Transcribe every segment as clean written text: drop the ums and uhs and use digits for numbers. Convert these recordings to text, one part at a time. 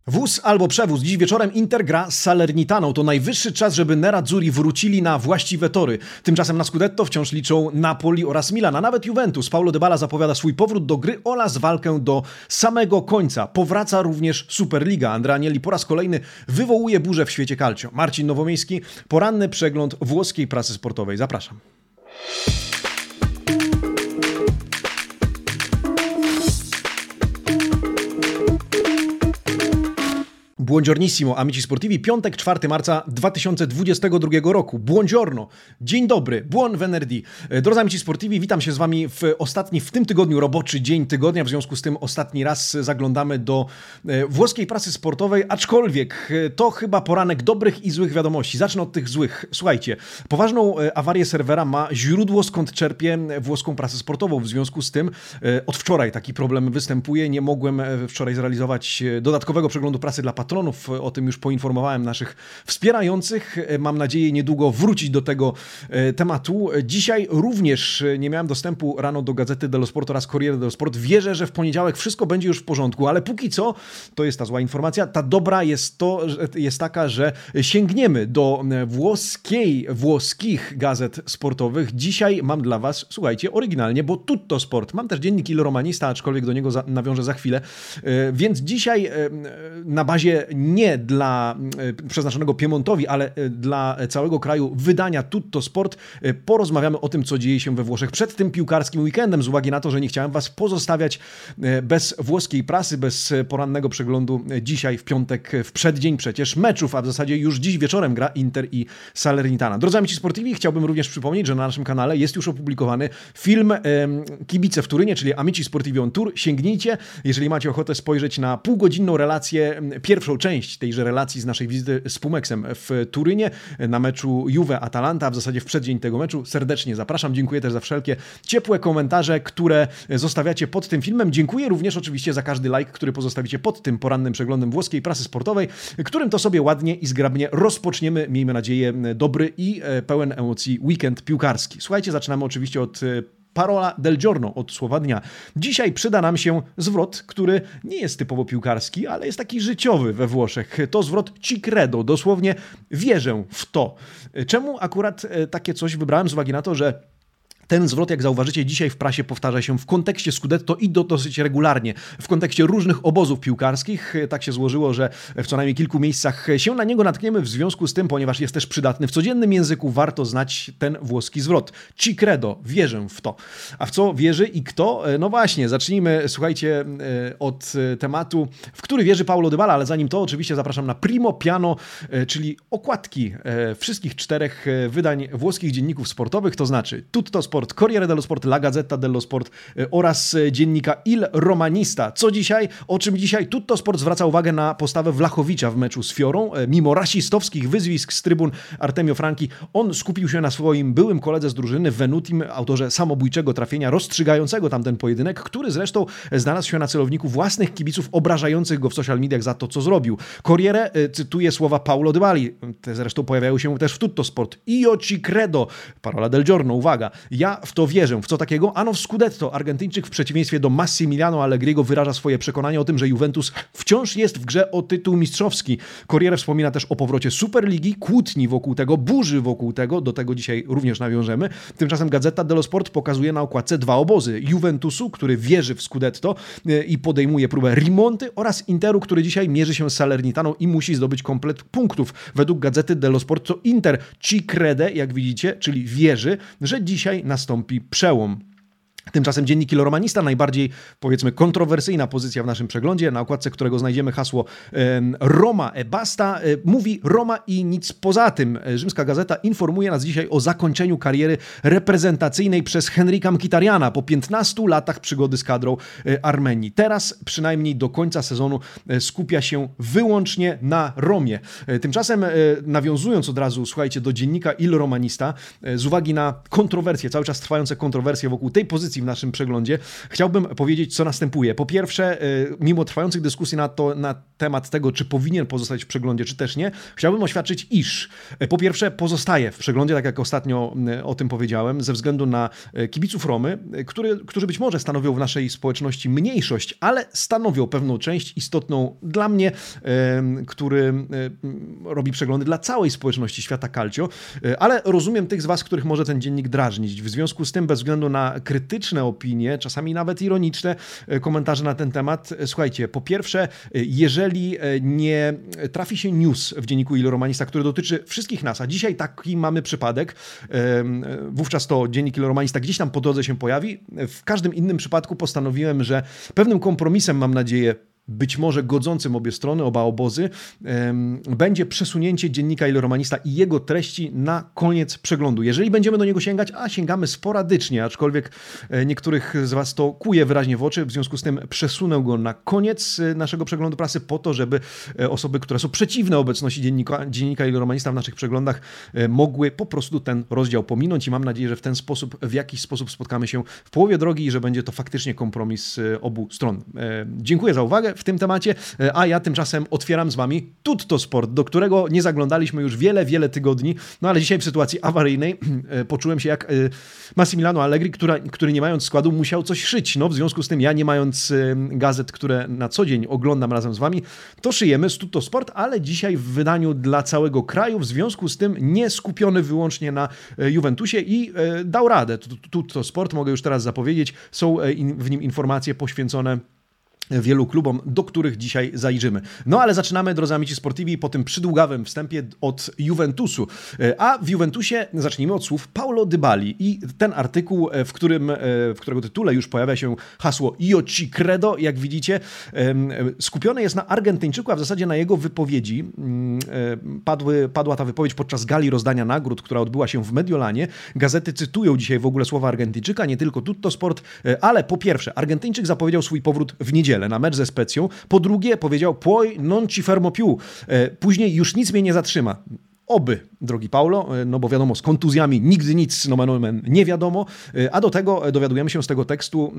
Wóz albo przewóz. Dziś wieczorem Inter gra z Salernitaną. To najwyższy czas, żeby Nerazzurri wrócili na właściwe tory. Tymczasem na Scudetto wciąż liczą Napoli oraz Milan, a nawet Juventus. Paulo Dybala zapowiada swój powrót do gry oraz walkę do samego końca. Powraca również Superliga. Andrea Agnelli po raz kolejny wywołuje burzę w świecie calcio. Marcin Nowomiejski, poranny przegląd włoskiej prasy sportowej. Zapraszam. Buongiornissimo, amici sportivi, piątek, 4 marca 2022 roku. Buongiorno, dzień dobry, buon venerdì. Drodzy amici sportivi, witam się z wami w tym tygodniu roboczy dzień tygodnia, w związku z tym ostatni raz zaglądamy do włoskiej prasy sportowej, aczkolwiek to chyba poranek dobrych i złych wiadomości. Zacznę od tych złych. Słuchajcie, poważną awarię serwera ma źródło, skąd czerpię włoską prasę sportową. W związku z tym od wczoraj taki problem występuje. Nie mogłem wczoraj zrealizować dodatkowego przeglądu prasy dla patronów. O tym już poinformowałem naszych wspierających. Mam nadzieję niedługo wrócić do tego tematu. Dzisiaj również nie miałem dostępu rano do Gazety dello Sport oraz Corriere dello Sport. Wierzę, że w poniedziałek wszystko będzie już w porządku, ale póki co, to jest ta zła informacja. Ta dobra jest taka, że sięgniemy do włoskich gazet sportowych. Dzisiaj mam dla was, słuchajcie, oryginalnie, bo Tutto Sport. Mam też dziennik Il Romanista, aczkolwiek do niego nawiążę za chwilę. Więc dzisiaj na bazie nie dla przeznaczonego Piemontowi, ale dla całego kraju wydania Tutto Sport porozmawiamy o tym, co dzieje się we Włoszech przed tym piłkarskim weekendem, z uwagi na to, że nie chciałem was pozostawiać bez włoskiej prasy, bez porannego przeglądu dzisiaj w piątek, w przeddzień przecież meczów, a w zasadzie już dziś wieczorem gra Inter i Salernitana. Drodzy amici sportivi, chciałbym również przypomnieć, że na naszym kanale jest już opublikowany film Kibice w Turynie, czyli Amici Sportivi on Tour. Sięgnijcie, jeżeli macie ochotę spojrzeć na półgodzinną relację, pierwszą część tejże relacji z naszej wizyty z Pumeksem w Turynie na meczu Juve-Atalanta, a w zasadzie w przeddzień tego meczu. Serdecznie zapraszam. Dziękuję też za wszelkie ciepłe komentarze, które zostawiacie pod tym filmem. Dziękuję również oczywiście za każdy like, który pozostawicie pod tym porannym przeglądem włoskiej prasy sportowej, którym to sobie ładnie i zgrabnie rozpoczniemy, miejmy nadzieję, dobry i pełen emocji weekend piłkarski. Słuchajcie, zaczynamy oczywiście od Parola del giorno, od słowa dnia. Dzisiaj przyda nam się zwrot, który nie jest typowo piłkarski, ale jest taki życiowy we Włoszech. To zwrot ci credo, dosłownie wierzę w to. Czemu akurat takie coś wybrałem? Z uwagi na to, że ten zwrot, jak zauważycie, dzisiaj w prasie powtarza się w kontekście Scudetto i dosyć regularnie. W kontekście różnych obozów piłkarskich. Tak się złożyło, że w co najmniej kilku miejscach się na niego natkniemy. W związku z tym, ponieważ jest też przydatny w codziennym języku, warto znać ten włoski zwrot. Ci credo, wierzę w to. A w co wierzy i kto? No właśnie, zacznijmy, słuchajcie, od tematu, w który wierzy Paulo Dybala, ale zanim to oczywiście zapraszam na Primo Piano, czyli okładki wszystkich 4 wydań włoskich dzienników sportowych, to znaczy Tutto Sport, Corriere dello Sport, La Gazzetta dello Sport oraz dziennika Il Romanista. Co dzisiaj? O czym dzisiaj? Tutto Sport zwraca uwagę na postawę Vlachowicza w meczu z Fiorą. Mimo rasistowskich wyzwisk z trybun Artemio Franchi, on skupił się na swoim byłym koledze z drużyny Venutim, autorze samobójczego trafienia rozstrzygającego tamten pojedynek, który zresztą znalazł się na celowniku własnych kibiców obrażających go w social mediach za to, co zrobił. Corriere cytuje słowa Paulo Dybali. Te zresztą pojawiają się też w Tutto Sport. Io ci credo. Parola del giorno. Uwaga. Ja w to wierzę. W co takiego? Ano w Scudetto. Argentyńczyk w przeciwieństwie do Massimiliano Allegriego wyraża swoje przekonanie o tym, że Juventus wciąż jest w grze o tytuł mistrzowski. Corriere wspomina też o powrocie Superligi, kłótni wokół tego, burzy wokół tego. Do tego dzisiaj również nawiążemy. Tymczasem Gazzetta dello Sport pokazuje na okładce 2 obozy. Juventusu, który wierzy w Scudetto i podejmuje próbę rimonty, oraz Interu, który dzisiaj mierzy się z Salernitaną i musi zdobyć komplet punktów. Według Gazety dello Sport to Inter ci crede, jak widzicie, czyli wierzy, że dzisiaj nastąpi przełom. Tymczasem dziennik Il Romanista, najbardziej, powiedzmy, kontrowersyjna pozycja w naszym przeglądzie, na okładce którego znajdziemy hasło Roma e basta, mówi Roma i nic poza tym. Rzymska Gazeta informuje nas dzisiaj o zakończeniu kariery reprezentacyjnej przez Henrika Mkhitarjana po 15 latach przygody z kadrą Armenii. Teraz przynajmniej do końca sezonu skupia się wyłącznie na Romie. Tymczasem nawiązując od razu, słuchajcie, do dziennika Il Romanista, z uwagi na kontrowersje, cały czas trwające kontrowersje wokół tej pozycji w naszym przeglądzie, chciałbym powiedzieć, co następuje. Po pierwsze, mimo trwających dyskusji na temat tego, czy powinien pozostać w przeglądzie, czy też nie, chciałbym oświadczyć, iż po pierwsze pozostaje w przeglądzie, tak jak ostatnio o tym powiedziałem, ze względu na kibiców Romy, którzy być może stanowią w naszej społeczności mniejszość, ale stanowią pewną część istotną dla mnie, który robi przeglądy dla całej społeczności świata calcio, ale rozumiem tych z was, których może ten dziennik drażnić. W związku z tym, bez względu na krytyczne opinie, czasami nawet ironiczne komentarze na ten temat, słuchajcie, po pierwsze, jeżeli nie trafi się news w dzienniku Il Romanista, który dotyczy wszystkich nas, a dzisiaj taki mamy przypadek, wówczas to dziennik Il Romanista gdzieś tam po drodze się pojawi. W każdym innym przypadku postanowiłem, że pewnym kompromisem, mam nadzieję, być może godzącym obie strony, oba obozy, będzie przesunięcie dziennika Il Romanista i jego treści na koniec przeglądu. Jeżeli będziemy do niego sięgać, a sięgamy sporadycznie, aczkolwiek niektórych z was to kuje wyraźnie w oczy, w związku z tym przesunę go na koniec naszego przeglądu prasy po to, żeby osoby, które są przeciwne obecności dziennika Il Romanista w naszych przeglądach, mogły po prostu ten rozdział pominąć i mam nadzieję, że w ten sposób, w jakiś sposób spotkamy się w połowie drogi i że będzie to faktycznie kompromis obu stron. Dziękuję za uwagę w tym temacie, a ja tymczasem otwieram z wami Tutto Sport, do którego nie zaglądaliśmy już wiele tygodni, no ale dzisiaj w sytuacji awaryjnej poczułem się jak Massimiliano Allegri, który nie mając składu musiał coś szyć. No w związku z tym ja, nie mając gazet, które na co dzień oglądam razem z wami, to szyjemy z Tutto Sport, ale dzisiaj w wydaniu dla całego kraju, w związku z tym nie skupiony wyłącznie na Juventusie i dał radę. Tutto Sport, mogę już teraz zapowiedzieć, są w nim informacje poświęcone wielu klubom, do których dzisiaj zajrzymy. No ale zaczynamy, drodzy amici sportivi, po tym przydługawym wstępie od Juventusu. A w Juventusie zacznijmy od słów Paulo Dybali i ten artykuł, w którego tytule już pojawia się hasło Io ci credo, jak widzicie, skupiony jest na Argentyńczyku, a w zasadzie na jego wypowiedzi. Padła ta wypowiedź podczas gali rozdania nagród, która odbyła się w Mediolanie. Gazety cytują dzisiaj w ogóle słowa Argentyńczyka, nie tylko Tutto Sport, ale po pierwsze, Argentyńczyk zapowiedział swój powrót w niedzielę na mecz ze Specją. Po drugie powiedział poi non ci fermo più. Później już nic mnie nie zatrzyma. Oby, drogi Paulo, no bo wiadomo, z kontuzjami nigdy nic, nomen omen, nie wiadomo, a do tego dowiadujemy się z tego tekstu,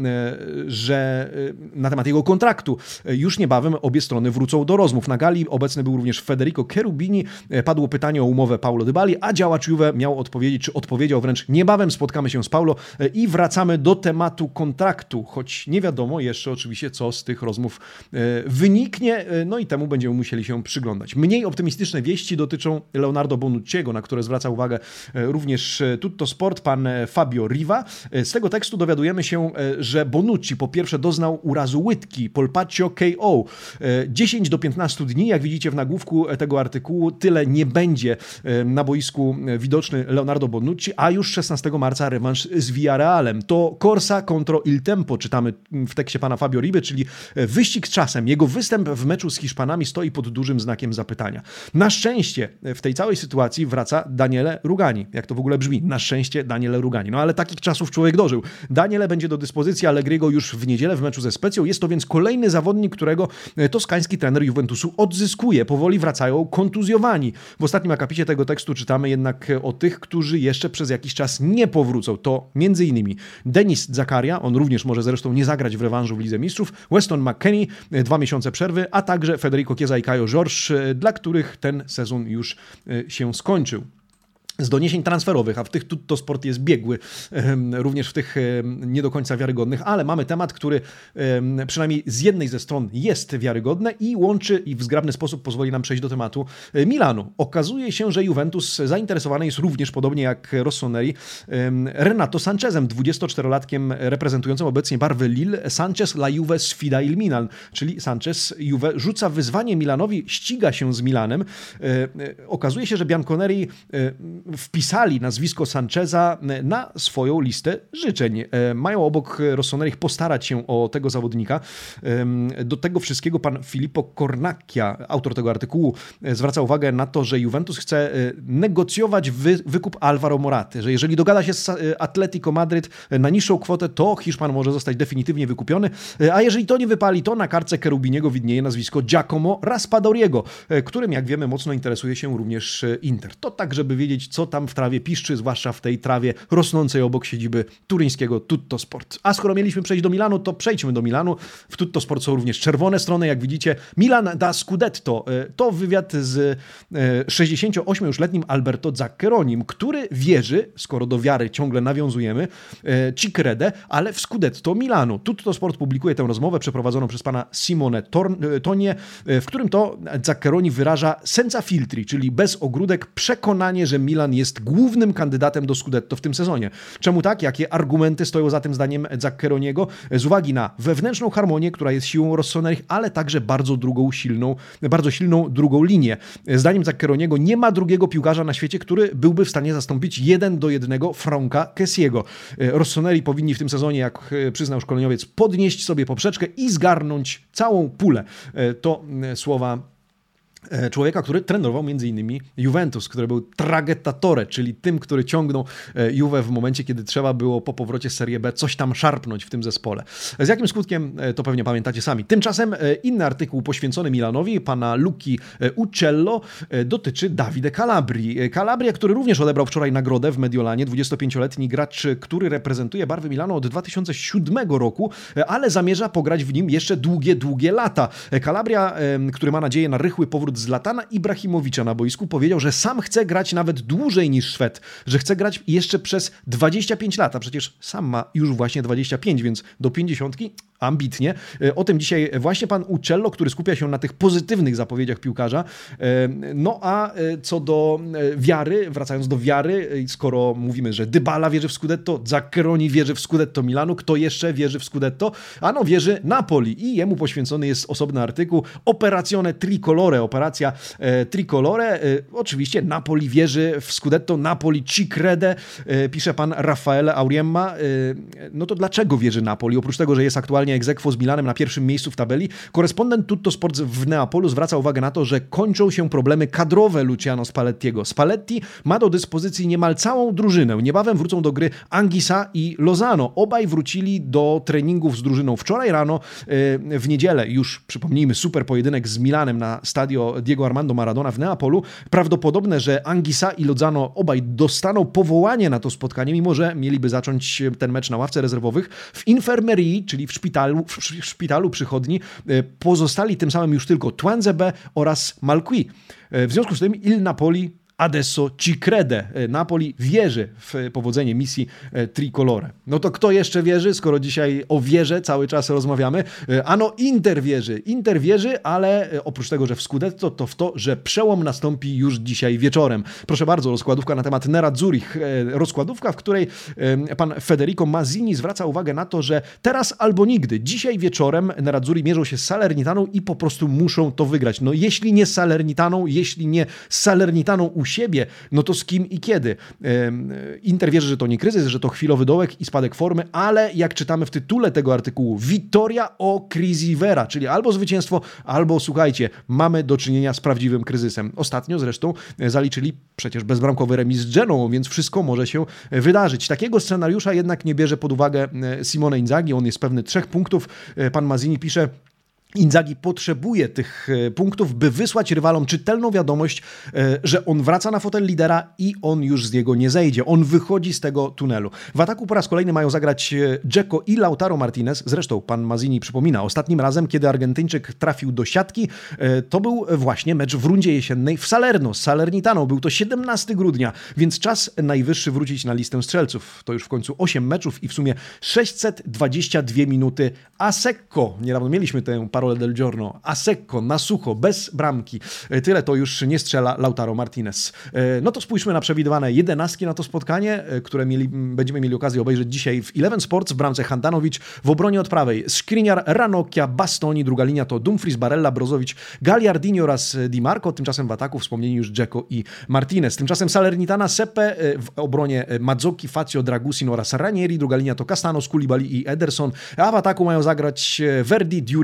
że na temat jego kontraktu już niebawem obie strony wrócą do rozmów. Na gali obecny był również Federico Cherubini, padło pytanie o umowę Paulo Dybali, a działacz Juve miał odpowiedzieć, czy odpowiedział wręcz: niebawem spotkamy się z Paulo i wracamy do tematu kontraktu, choć nie wiadomo jeszcze oczywiście, co z tych rozmów wyniknie, no i temu będziemy musieli się przyglądać. Mniej optymistyczne wieści dotyczą Leonardo Bonucciego, na które zwraca uwagę również Tutto Sport, pan Fabio Riva. Z tego tekstu dowiadujemy się, że Bonucci po pierwsze doznał urazu łydki, polpaccio KO. 10 do 15 dni, jak widzicie w nagłówku tego artykułu, tyle nie będzie na boisku widoczny Leonardo Bonucci, a już 16 marca rewanż z Villarrealem. To Corsa contro il tempo, czytamy w tekście pana Fabio Riby, czyli wyścig z czasem. Jego występ w meczu z Hiszpanami stoi pod dużym znakiem zapytania. Na szczęście w tej całej sytuacji wraca Daniele Rugani. Jak to w ogóle brzmi? Na szczęście Daniele Rugani. No ale takich czasów człowiek dożył. Daniele będzie do dyspozycji Allegriego już w niedzielę w meczu ze Specją. Jest to więc kolejny zawodnik, którego toskański trener Juventusu odzyskuje. Powoli wracają kontuzjowani. W ostatnim akapicie tego tekstu czytamy jednak o tych, którzy jeszcze przez jakiś czas nie powrócą. To m.in. Denis Zakaria, on również może zresztą nie zagrać w rewanżu w Lidze Mistrzów, Weston McKennie, 2 miesiące przerwy, a także Federico Chiesa i Caio Jorge, dla których ten sezon już się skończył. Z doniesień transferowych, a w tych Tutto Sport jest biegły, również w tych nie do końca wiarygodnych, ale mamy temat, który przynajmniej z jednej ze stron jest wiarygodny i łączy i w zgrabny sposób pozwoli nam przejść do tematu Milanu. Okazuje się, że Juventus zainteresowany jest również, podobnie jak Rossoneri, Renato Sanchezem, 24-latkiem reprezentującym obecnie barwy Lille. Sanchez la Juve sfida il Milan, czyli Sanchez Juve rzuca wyzwanie Milanowi, ściga się z Milanem. Okazuje się, że Bianconeri wpisali nazwisko Sancheza na swoją listę życzeń. Mają obok Rossoneri postarać się o tego zawodnika. Do tego wszystkiego pan Filippo Cornacchia, autor tego artykułu, zwraca uwagę na to, że Juventus chce negocjować wykup Alvaro Moraty, że jeżeli dogada się z Atletico Madryt na niższą kwotę, to Hiszpan może zostać definitywnie wykupiony, a jeżeli to nie wypali, to na kartce Cherubiniego widnieje nazwisko Giacomo Raspadoriego, którym, jak wiemy, mocno interesuje się również Inter. To tak, żeby wiedzieć, co tam w trawie piszczy, zwłaszcza w tej trawie rosnącej obok siedziby turyńskiego Tuttosport. A skoro mieliśmy przejść do Milanu, to przejdźmy do Milanu. W Tuttosport są również czerwone strony, jak widzicie. Milan da Scudetto. To wywiad z 68-letnim Alberto Zaccheronim, który wierzy, skoro do wiary ciągle nawiązujemy, ci crede, ale w Scudetto Milanu. Tuttosport publikuje tę rozmowę przeprowadzoną przez pana Simone Tonie, w którym to Zaccheroni wyraża senza filtri, czyli bez ogródek, przekonanie, że Milan jest głównym kandydatem do Scudetto w tym sezonie. Czemu tak? Jakie argumenty stoją za tym zdaniem Zaccheroniego? Z uwagi na wewnętrzną harmonię, która jest siłą Rossoneri, ale także bardzo silną drugą linię. Zdaniem Zaccheroniego nie ma drugiego piłkarza na świecie, który byłby w stanie zastąpić 1-do-1 Franka Kessiego. Rossoneri powinni w tym sezonie, jak przyznał szkoleniowiec, podnieść sobie poprzeczkę i zgarnąć całą pulę. To słowa człowieka, który trenował m.in. Juventus, który był traghettatore, czyli tym, który ciągnął Juve w momencie, kiedy trzeba było po powrocie z Serie B coś tam szarpnąć w tym zespole. Z jakim skutkiem, to pewnie pamiętacie sami. Tymczasem inny artykuł poświęcony Milanowi, pana Luki Uccello, dotyczy Davide Calabrii. Calabria, który również odebrał wczoraj nagrodę w Mediolanie, 25-letni gracz, który reprezentuje barwy Milanu od 2007 roku, ale zamierza pograć w nim jeszcze długie lata. Calabria, który ma nadzieję na rychły powrót Zlatana Ibrahimowicza na boisku, powiedział, że sam chce grać nawet dłużej niż Szwed, że chce grać jeszcze przez 25 lat, a przecież sam ma już właśnie 25, więc do 50 ambitnie. O tym dzisiaj właśnie pan Uccello, który skupia się na tych pozytywnych zapowiedziach piłkarza. No a co do wiary, wracając do wiary, skoro mówimy, że Dybala wierzy w Scudetto, Zaccheroni wierzy w Scudetto Milanu, kto jeszcze wierzy w Scudetto? Ano wierzy Napoli i jemu poświęcony jest osobny artykuł Operazione Tricolore, operacja Tricolore. Oczywiście Napoli wierzy w Scudetto, Napoli ci crede, pisze pan Raffaele Auriemma. No to dlaczego wierzy Napoli? Oprócz tego, że jest aktualnie ex aequo z Milanem na pierwszym miejscu w tabeli, korespondent Tuttosport w Neapolu zwraca uwagę na to, że kończą się problemy kadrowe Luciano Spallettiego. Spalletti ma do dyspozycji niemal całą drużynę. Niebawem wrócą do gry Anguissa i Lozano. Obaj wrócili do treningów z drużyną wczoraj rano. W niedzielę już, przypomnijmy, super pojedynek z Milanem na stadio Diego Armando Maradona w Neapolu. Prawdopodobne, że Anguissa i Lozano obaj dostaną powołanie na to spotkanie, mimo że mieliby zacząć ten mecz na ławce rezerwowych. W Infermerii, czyli w szpitalu przychodni, pozostali tym samym już tylko Tuanzebe oraz Malqui. W związku z tym Il Napoli adesso ci crede. Napoli wierzy w powodzenie misji Tricolore. No to kto jeszcze wierzy, skoro dzisiaj o wierze cały czas rozmawiamy? Ano Inter wierzy. Inter wierzy, ale oprócz tego, że w Scudetto, to w to, że przełom nastąpi już dzisiaj wieczorem. Proszę bardzo, rozkładówka na temat Nerazzurich. Rozkładówka, w której pan Federico Mazzini zwraca uwagę na to, że teraz albo nigdy. Dzisiaj wieczorem Nerazzurri mierzą się z Salernitaną i po prostu muszą to wygrać. No jeśli nie z Salernitaną, jeśli nie z Salernitaną u siebie, no to z kim i kiedy? Inter wierzy, że to nie kryzys, że to chwilowy dołek i spadek formy, ale jak czytamy w tytule tego artykułu, Vittoria o crisi vera, czyli albo zwycięstwo, albo słuchajcie, mamy do czynienia z prawdziwym kryzysem. Ostatnio zresztą zaliczyli przecież bezbramkowy remis z Genoą, więc wszystko może się wydarzyć. Takiego scenariusza jednak nie bierze pod uwagę Simone Inzaghi, on jest pewny 3 punktów. Pan Mazzini pisze: Inzaghi potrzebuje tych punktów, by wysłać rywalom czytelną wiadomość, że on wraca na fotel lidera i on już z niego nie zejdzie. On wychodzi z tego tunelu. W ataku po raz kolejny mają zagrać Dzeko i Lautaro Martinez. Zresztą pan Mazzini przypomina, ostatnim razem, kiedy Argentyńczyk trafił do siatki, to był właśnie mecz w rundzie jesiennej w Salerno z Salernitaną. Był to 17 grudnia, więc czas najwyższy wrócić na listę strzelców. To już w końcu 8 meczów i w sumie 622 minuty a secco. Niedawno mieliśmy tę parolę del giorno, a secco, na sucho, bez bramki. Tyle to już nie strzela Lautaro Martinez. No to spójrzmy na przewidywane 11 na to spotkanie, które będziemy mieli okazję obejrzeć dzisiaj w Eleven Sports. W bramce Handanovic, w obronie od prawej Skriniar, Ranocchia, Bastoni, druga linia to Dumfries, Barella, Brozovic, Gagliardini oraz Di Marco. Tymczasem w ataku wspomnieni już Dzeko i Martinez. Tymczasem Salernitana, Sepe, w obronie Mazzocchi, Fazio, Dragusin oraz Ranieri. Druga linia to Castanos, Koulibaly i Ederson. A w ataku mają zagrać Verdi, Djuric i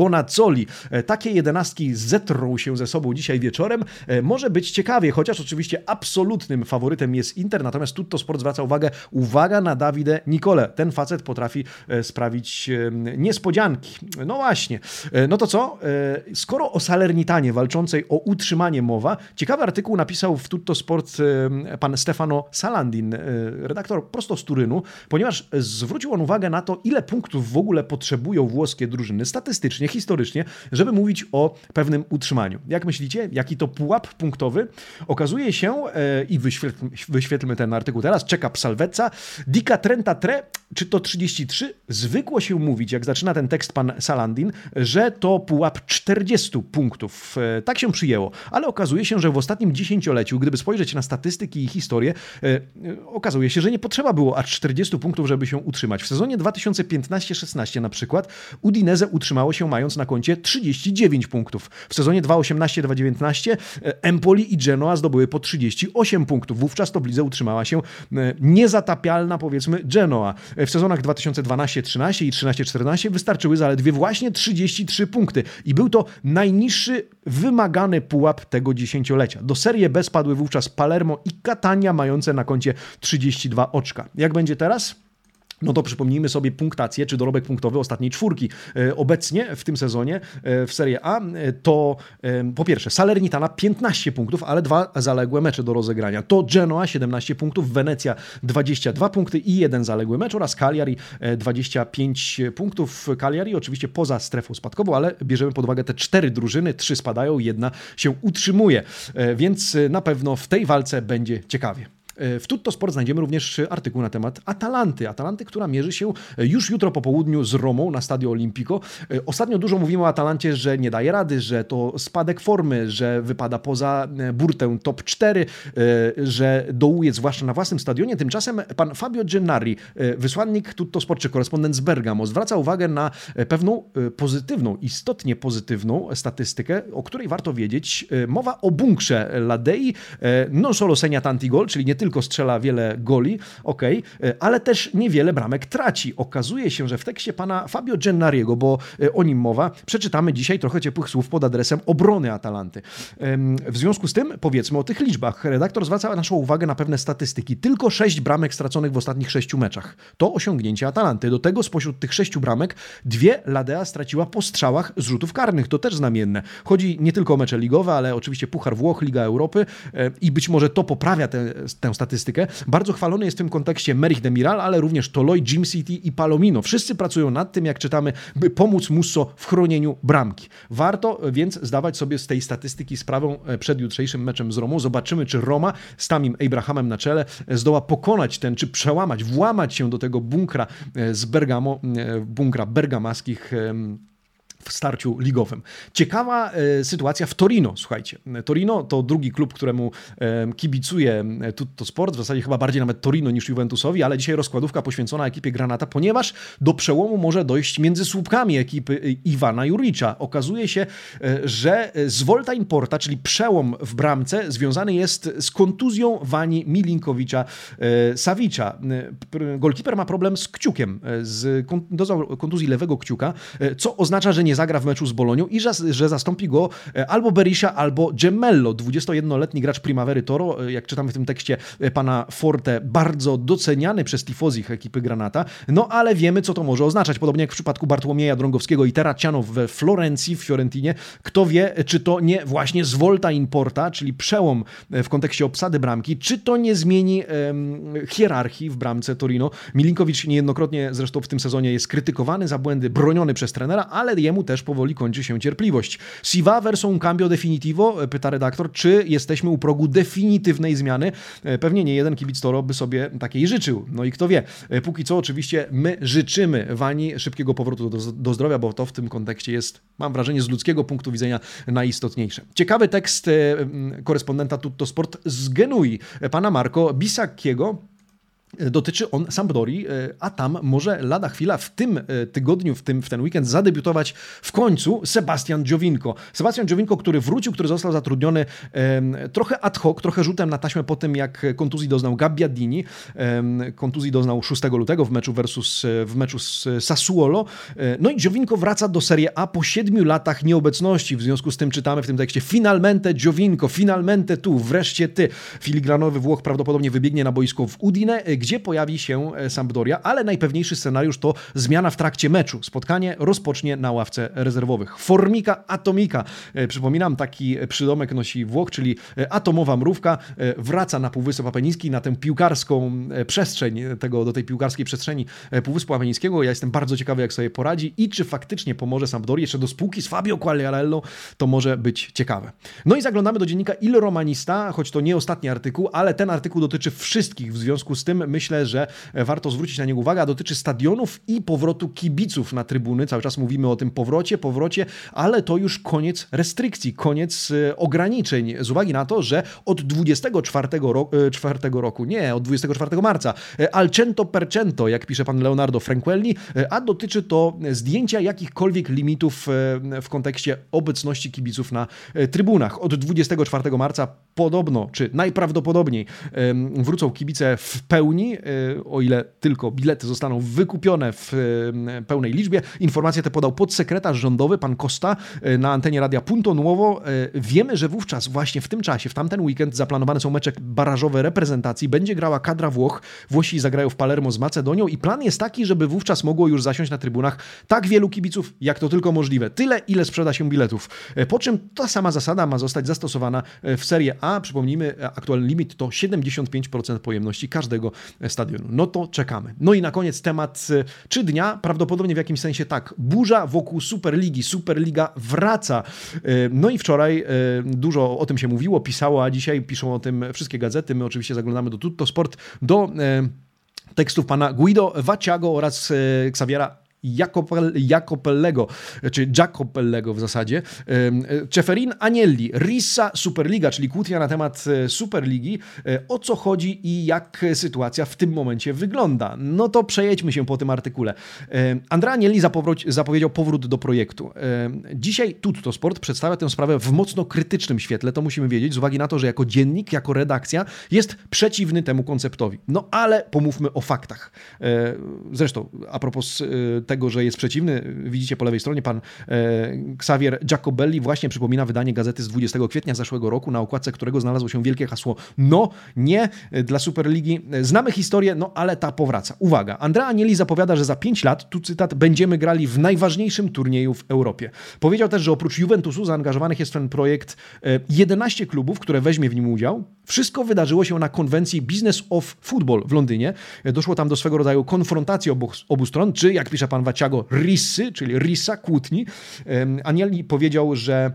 Bonazzoli. Takie 11 zetrą się ze sobą dzisiaj wieczorem. Może być ciekawie, chociaż oczywiście absolutnym faworytem jest Inter, natomiast Tuttosport zwraca uwaga na Davide Nicole. Ten facet potrafi sprawić niespodzianki. No właśnie. No to co? Skoro o Salernitanie walczącej o utrzymanie mowa, ciekawy artykuł napisał w Tuttosport pan Stefano Salandin, redaktor prosto z Turynu, ponieważ zwrócił on uwagę na to, ile punktów w ogóle potrzebują włoskie drużyny statystycznie, historycznie, żeby mówić o pewnym utrzymaniu. Jak myślicie, jaki to pułap punktowy? Okazuje się, i wyświetlmy ten artykuł teraz, czeka Salvezza, Dica 33, czy to 33? Zwykło się mówić, jak zaczyna ten tekst pan Salandin, że to pułap 40 punktów. Tak się przyjęło, ale okazuje się, że w ostatnim dziesięcioleciu, gdyby spojrzeć na statystyki i historię, okazuje się, że nie potrzeba było aż 40 punktów, żeby się utrzymać. W sezonie 2015-16 na przykład Udinese utrzymało się mając na koncie 39 punktów. W sezonie 2018-2019 Empoli i Genoa zdobyły po 38 punktów. Wówczas to w lidze utrzymała się niezatapialna, powiedzmy, Genoa. W sezonach 2012-13 i 13-14 wystarczyły zaledwie właśnie 33 punkty i był to najniższy wymagany pułap tego dziesięciolecia. Do Serie B spadły wówczas Palermo i Catania mające na koncie 32 oczka. Jak będzie teraz? No to przypomnijmy sobie punktację, czy dorobek punktowy ostatniej czwórki. Obecnie w tym sezonie w Serie A to po pierwsze Salernitana 15 punktów, ale 2 zaległe mecze do rozegrania. To Genoa 17 punktów, Wenecja 22 punkty i 1 zaległy mecz oraz Cagliari 25 punktów. Cagliari oczywiście poza strefą spadkową, ale bierzemy pod uwagę te 4 drużyny, 3 spadają, 1 się utrzymuje, więc na pewno w tej walce będzie ciekawie. W Tuttosport znajdziemy również artykuł na temat Atalanty, która mierzy się już jutro po południu z Romą na Stadio Olimpico. Ostatnio dużo mówimy o Atalancie, że nie daje rady, że to spadek formy, że wypada poza burtę top 4, że dołuje zwłaszcza na własnym stadionie. Tymczasem pan Fabio Gennari, wysłannik Tuttosport czy korespondent z Bergamo, zwraca uwagę na pewną pozytywną, istotnie pozytywną statystykę, o której warto wiedzieć. Mowa o bunkrze Ladei, non solo segna tanti gol, czyli nie tylko strzela wiele goli, ale też niewiele bramek traci. Okazuje się, że w tekście pana Fabio Gennariego, bo o nim mowa, przeczytamy dzisiaj trochę ciepłych słów pod adresem obrony Atalanty. W związku z tym powiedzmy o tych liczbach. Redaktor zwraca naszą uwagę na pewne statystyki. Tylko 6 bramek straconych w ostatnich 6 meczach. To osiągnięcie Atalanty. Do tego spośród tych 6 bramek 2 Ladea straciła po strzałach z rzutów karnych. To też znamienne. Chodzi nie tylko o mecze ligowe, ale oczywiście Puchar Włoch, Liga Europy i być może to poprawia tę statystykę. Bardzo chwalony jest w tym kontekście Merich Demiral, ale również Toloi, Gym City i Palomino. Wszyscy pracują nad tym, jak czytamy, by pomóc Musso w chronieniu bramki. Warto więc zdawać sobie z tej statystyki sprawę przed jutrzejszym meczem z Romą. Zobaczymy, czy Roma z Tamim Abrahamem na czele zdoła pokonać czy przełamać, włamać się do tego bunkra z Bergamo, bunkra bergamaskich w starciu ligowym. Ciekawa sytuacja w Torino, słuchajcie. Torino to drugi klub, któremu kibicuje Tuttosport, w zasadzie chyba bardziej nawet Torino niż Juventusowi, ale dzisiaj rozkładówka poświęcona ekipie Granata, ponieważ do przełomu może dojść między słupkami ekipy Ivana Juricza. Okazuje się, że Svolta in Porta, czyli przełom w bramce, związany jest z kontuzją Wani Milinkowicza Savicza. Golkiper ma problem z kciukiem, z kontuzji lewego kciuka, co oznacza, że nie zagra w meczu z Bolonią i że zastąpi go albo Berisha, albo Gemello, 21-letni gracz Primavery Toro, jak czytamy w tym tekście pana Forte, bardzo doceniany przez tifozich ekipy Granata, no ale wiemy, co to może oznaczać. Podobnie jak w przypadku Bartłomieja Drągowskiego i Terracciano w Florencji, w Fiorentinie. Kto wie, czy to nie właśnie Svolta in Porta, czyli przełom w kontekście obsady bramki, czy to nie zmieni hierarchii w bramce Torino. Milinkowicz niejednokrotnie zresztą w tym sezonie jest krytykowany za błędy, broniony przez trenera, ale jemu też powoli kończy się cierpliwość. Si va verso un cambio definitivo? Pyta redaktor. Czy jesteśmy u progu definitywnej zmiany? Pewnie nie jeden kibic Toro by sobie takiej życzył. No i kto wie. Póki co oczywiście my życzymy Wani szybkiego powrotu do zdrowia, bo to w tym kontekście jest, mam wrażenie, z ludzkiego punktu widzenia najistotniejsze. Ciekawy tekst korespondenta Tuttosport z Genui, pana Marco Bisacchiego. Dotyczy on Sampdorii, a tam może lada chwila w tym tygodniu, w ten weekend zadebiutować w końcu Sebastian Giovinco. Sebastian Giovinco, który wrócił, który został zatrudniony trochę ad hoc, trochę rzutem na taśmę po tym, jak kontuzji doznał Gabbiadini. Kontuzji doznał 6 lutego w meczu z Sassuolo. No i Giovinco wraca do Serie A po 7 latach nieobecności. W związku z tym czytamy w tym tekście finalmente Giovinco, finalmente tu, wreszcie ty. Filigranowy Włoch prawdopodobnie wybiegnie na boisko w Udine, gdzie pojawi się Sampdoria, ale najpewniejszy scenariusz to zmiana w trakcie meczu. Spotkanie rozpocznie na ławce rezerwowych. Formica atomica. Przypominam, taki przydomek nosi Włoch, czyli atomowa mrówka. Wraca na Półwysep Apeniński, na tę piłkarską przestrzeń, do tej piłkarskiej przestrzeni Półwyspu Apenińskiego. Ja jestem bardzo ciekawy, jak sobie poradzi i czy faktycznie pomoże Sampdorii jeszcze do spółki z Fabio Quagliarello. To może być ciekawe. No i zaglądamy do dziennika Il Romanista, choć to nie ostatni artykuł, ale ten artykuł dotyczy wszystkich. W związku z tym myślę, że warto zwrócić na niego uwagę. Dotyczy stadionów i powrotu kibiców na trybuny. Cały czas mówimy o tym powrocie, ale to już koniec restrykcji, koniec ograniczeń. Z uwagi na to, że od 24 marca al 100%, jak pisze pan Leonardo Franquelli, a dotyczy to zdjęcia jakichkolwiek limitów w kontekście obecności kibiców na trybunach. Od 24 marca podobno, czy najprawdopodobniej wrócą kibice w pełni, o ile tylko bilety zostaną wykupione w pełnej liczbie. Informację tę podał podsekretarz rządowy, pan Costa, na antenie Radia Punto Nuovo. Wiemy, że wówczas, właśnie w tym czasie, w tamten weekend zaplanowane są mecze barażowe reprezentacji. Będzie grała kadra Włoch. Włosi zagrają w Palermo z Macedonią i plan jest taki, żeby wówczas mogło już zasiąść na trybunach tak wielu kibiców, jak to tylko możliwe. Tyle, ile sprzeda się biletów. Po czym ta sama zasada ma zostać zastosowana w Serie A. Przypomnijmy, aktualny limit to 75% pojemności każdego stadionu. No to czekamy. No i na koniec temat czy dnia, prawdopodobnie w jakimś sensie tak. Burza wokół Superligi. Superliga wraca. No i wczoraj dużo o tym się mówiło, pisało, a dzisiaj piszą o tym wszystkie gazety. My oczywiście zaglądamy do Tutto Sport, do tekstów pana Guido Vaciago oraz Xaviera Jacopellego, czy Jacopellego w zasadzie. Ceferin Agnelli, Rissa Superliga, czyli kłótnia na temat Superligi. O co chodzi i jak sytuacja w tym momencie wygląda? No to przejedźmy się po tym artykule. Andrea Agnelli zapowiedział powrót do projektu. Dzisiaj Tutto Sport przedstawia tę sprawę w mocno krytycznym świetle, to musimy wiedzieć, z uwagi na to, że jako dziennik, jako redakcja jest przeciwny temu konceptowi. No ale pomówmy o faktach. Zresztą, a propos tego, że jest przeciwny, widzicie po lewej stronie, pan Xavier Jacobelli właśnie przypomina wydanie gazety z 20 kwietnia zeszłego roku, na okładce którego znalazło się wielkie hasło "No, nie" dla Superligi. Znamy historię, no ale ta powraca. Uwaga, Andrea Agnelli zapowiada, że za 5 lat, tu cytat, będziemy grali w najważniejszym turnieju w Europie. Powiedział też, że oprócz Juventusu zaangażowanych jest w ten projekt 11 klubów, które weźmie w nim udział. Wszystko wydarzyło się na konwencji Business of Football w Londynie. Doszło tam do swego rodzaju konfrontacji obu stron, czy jak pisze pan Vaciago, rissy, czyli rissa, kłótni. Agnelli powiedział, że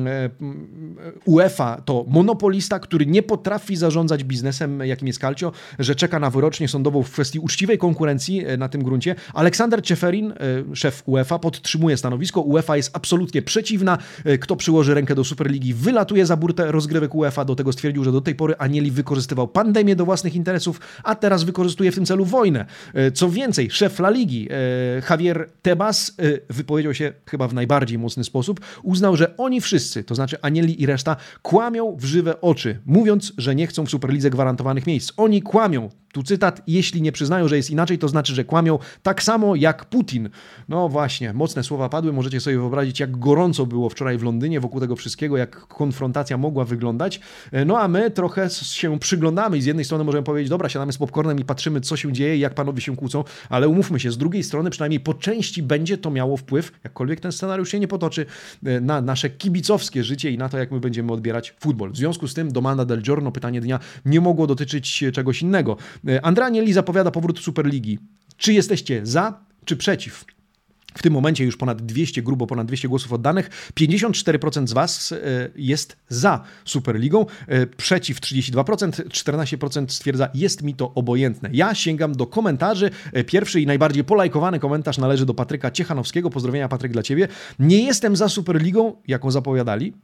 UEFA to monopolista, który nie potrafi zarządzać biznesem, jakim jest Calcio, że czeka na wyrocznię sądową w kwestii uczciwej konkurencji na tym gruncie. Aleksander Ceferin, szef UEFA, podtrzymuje stanowisko. UEFA jest absolutnie przeciwna. Kto przyłoży rękę do Superligi, wylatuje za burtę rozgrywek UEFA. Do tego stwierdził, że do tej pory Agnelli wykorzystywał pandemię do własnych interesów, a teraz wykorzystuje w tym celu wojnę. Co więcej, szef La Ligi, Javier Tebas, wypowiedział się chyba w najbardziej mocny sposób. Uznał, że oni wszyscy, to znaczy Agnelli i reszta, kłamią w żywe oczy, mówiąc, że nie chcą w Superlidze gwarantowanych miejsc. Oni kłamią. Tu cytat, jeśli nie przyznają, że jest inaczej, to znaczy, że kłamią tak samo jak Putin. No właśnie, mocne słowa padły. Możecie sobie wyobrazić, jak gorąco było wczoraj w Londynie wokół tego wszystkiego, jak konfrontacja mogła wyglądać. No a my trochę się przyglądamy i z jednej strony możemy powiedzieć, dobra, siadamy z popcornem i patrzymy, co się dzieje i jak panowie się kłócą, ale umówmy się, z drugiej strony przynajmniej po części będzie to miało wpływ, jakkolwiek ten scenariusz się nie potoczy, na nasze kibicowskie życie i na to, jak my będziemy odbierać futbol. W związku z tym domanda del giorno, pytanie dnia, nie mogło dotyczyć czegoś innego. Andrea Agnelli zapowiada powrót Superligi. Czy jesteście za, czy przeciw? W tym momencie już grubo ponad 200 głosów oddanych. 54% z was jest za Superligą, przeciw 32%, 14% stwierdza, jest mi to obojętne. Ja sięgam do komentarzy. Pierwszy i najbardziej polajkowany komentarz należy do Patryka Ciechanowskiego. Pozdrowienia, Patryk, dla ciebie. Nie jestem za Superligą, jaką zapowiadali,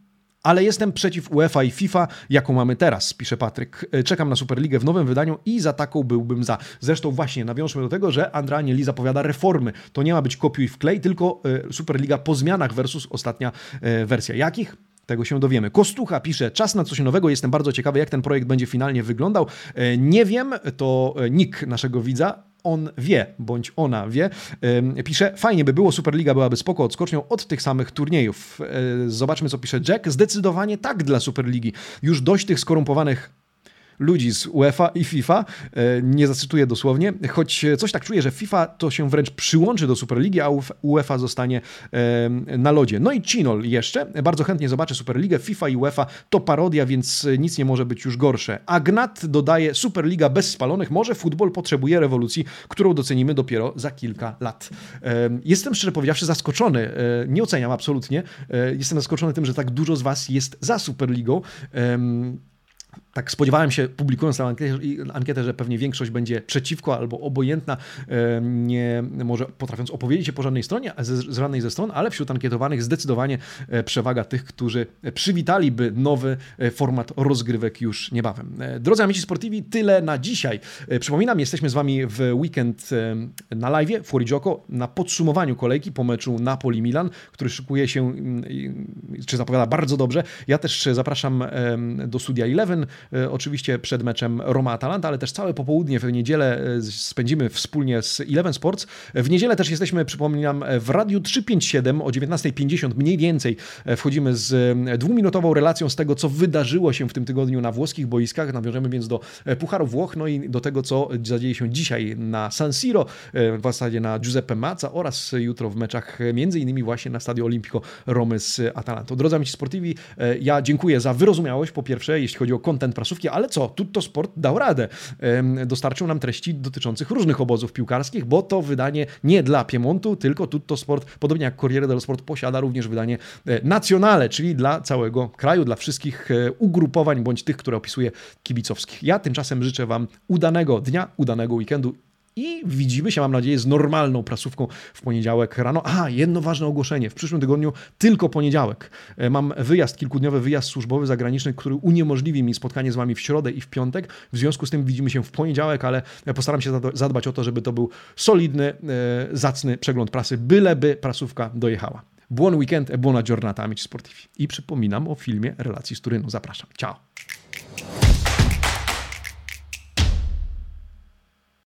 Ale jestem przeciw UEFA i FIFA, jaką mamy teraz, pisze Patryk. Czekam na Superligę w nowym wydaniu i za taką byłbym za. Zresztą właśnie nawiążmy do tego, że Andrea Agnelli zapowiada reformy. To nie ma być kopiuj wklej, tylko Superliga po zmianach versus ostatnia wersja. Jakich? Tego się dowiemy. Kostucha pisze, czas na coś nowego, jestem bardzo ciekawy, jak ten projekt będzie finalnie wyglądał. Nie wiem, to nick naszego widza, on wie, bądź ona wie, pisze, fajnie by było, Superliga byłaby spoko odskocznią od tych samych turniejów. Zobaczmy, co pisze Jack. Zdecydowanie tak dla Superligi. Już dość tych skorumpowanych ludzi z UEFA i FIFA, nie zacytuję dosłownie, choć coś tak czuję, że FIFA to się wręcz przyłączy do Superligi, a UEFA zostanie na lodzie. No i Cinol jeszcze, bardzo chętnie zobaczę Superligę, FIFA i UEFA to parodia, więc nic nie może być już gorsze. Agnat dodaje, Superliga bez spalonych, może futbol potrzebuje rewolucji, którą docenimy dopiero za kilka lat. Jestem szczerze powiedziawszy zaskoczony, nie oceniam absolutnie, jestem zaskoczony tym, że tak dużo z was jest za Superligą. Tak spodziewałem się, publikując tę ankietę, że pewnie większość będzie przeciwko albo obojętna, nie może potrafiąc opowiedzieć się po żadnej stronie, z żadnej ze stron, ale wśród ankietowanych zdecydowanie przewaga tych, którzy przywitaliby nowy format rozgrywek już niebawem. Drodzy amici sportivi, tyle na dzisiaj. Przypominam, jesteśmy z wami w weekend na live'ie w Fuorigioco na podsumowaniu kolejki po meczu Napoli-Milan, który szykuje się, czy zapowiada bardzo dobrze. Ja też zapraszam do Studia 11, oczywiście przed meczem Roma-Atalanta, ale też całe popołudnie w niedzielę spędzimy wspólnie z Eleven Sports. W niedzielę też jesteśmy, przypominam, w Radiu 357 o 19:50 mniej więcej wchodzimy z dwuminutową relacją z tego, co wydarzyło się w tym tygodniu na włoskich boiskach. Nawiążemy więc do Pucharu Włoch, no i do tego, co zadzieje się dzisiaj na San Siro, w zasadzie na Giuseppe Meazza oraz jutro w meczach między innymi właśnie na Stadio Olimpico Romy z Atalantą. Drodzy amici sportivi, ja dziękuję za wyrozumiałość po pierwsze, jeśli chodzi o content prasówki, ale co? Tutto Sport dał radę. Dostarczył nam treści dotyczących różnych obozów piłkarskich, bo to wydanie nie dla Piemontu, tylko Tutto Sport, podobnie jak Corriere dello Sport, posiada również wydanie Nazionale, czyli dla całego kraju, dla wszystkich ugrupowań, bądź tych, które opisuje kibicowskich. Ja tymczasem życzę wam udanego dnia, udanego weekendu i widzimy się, mam nadzieję, z normalną prasówką w poniedziałek rano. Jedno ważne ogłoszenie. W przyszłym tygodniu tylko poniedziałek. Mam kilkudniowy wyjazd służbowy zagraniczny, który uniemożliwi mi spotkanie z wami w środę i w piątek. W związku z tym widzimy się w poniedziałek, ale postaram się zadbać o to, żeby to był solidny, zacny przegląd prasy, byleby prasówka dojechała. Buon weekend e buona giornata, amici sportivi. I przypominam o filmie Relacji z Turynu. Zapraszam. Ciao.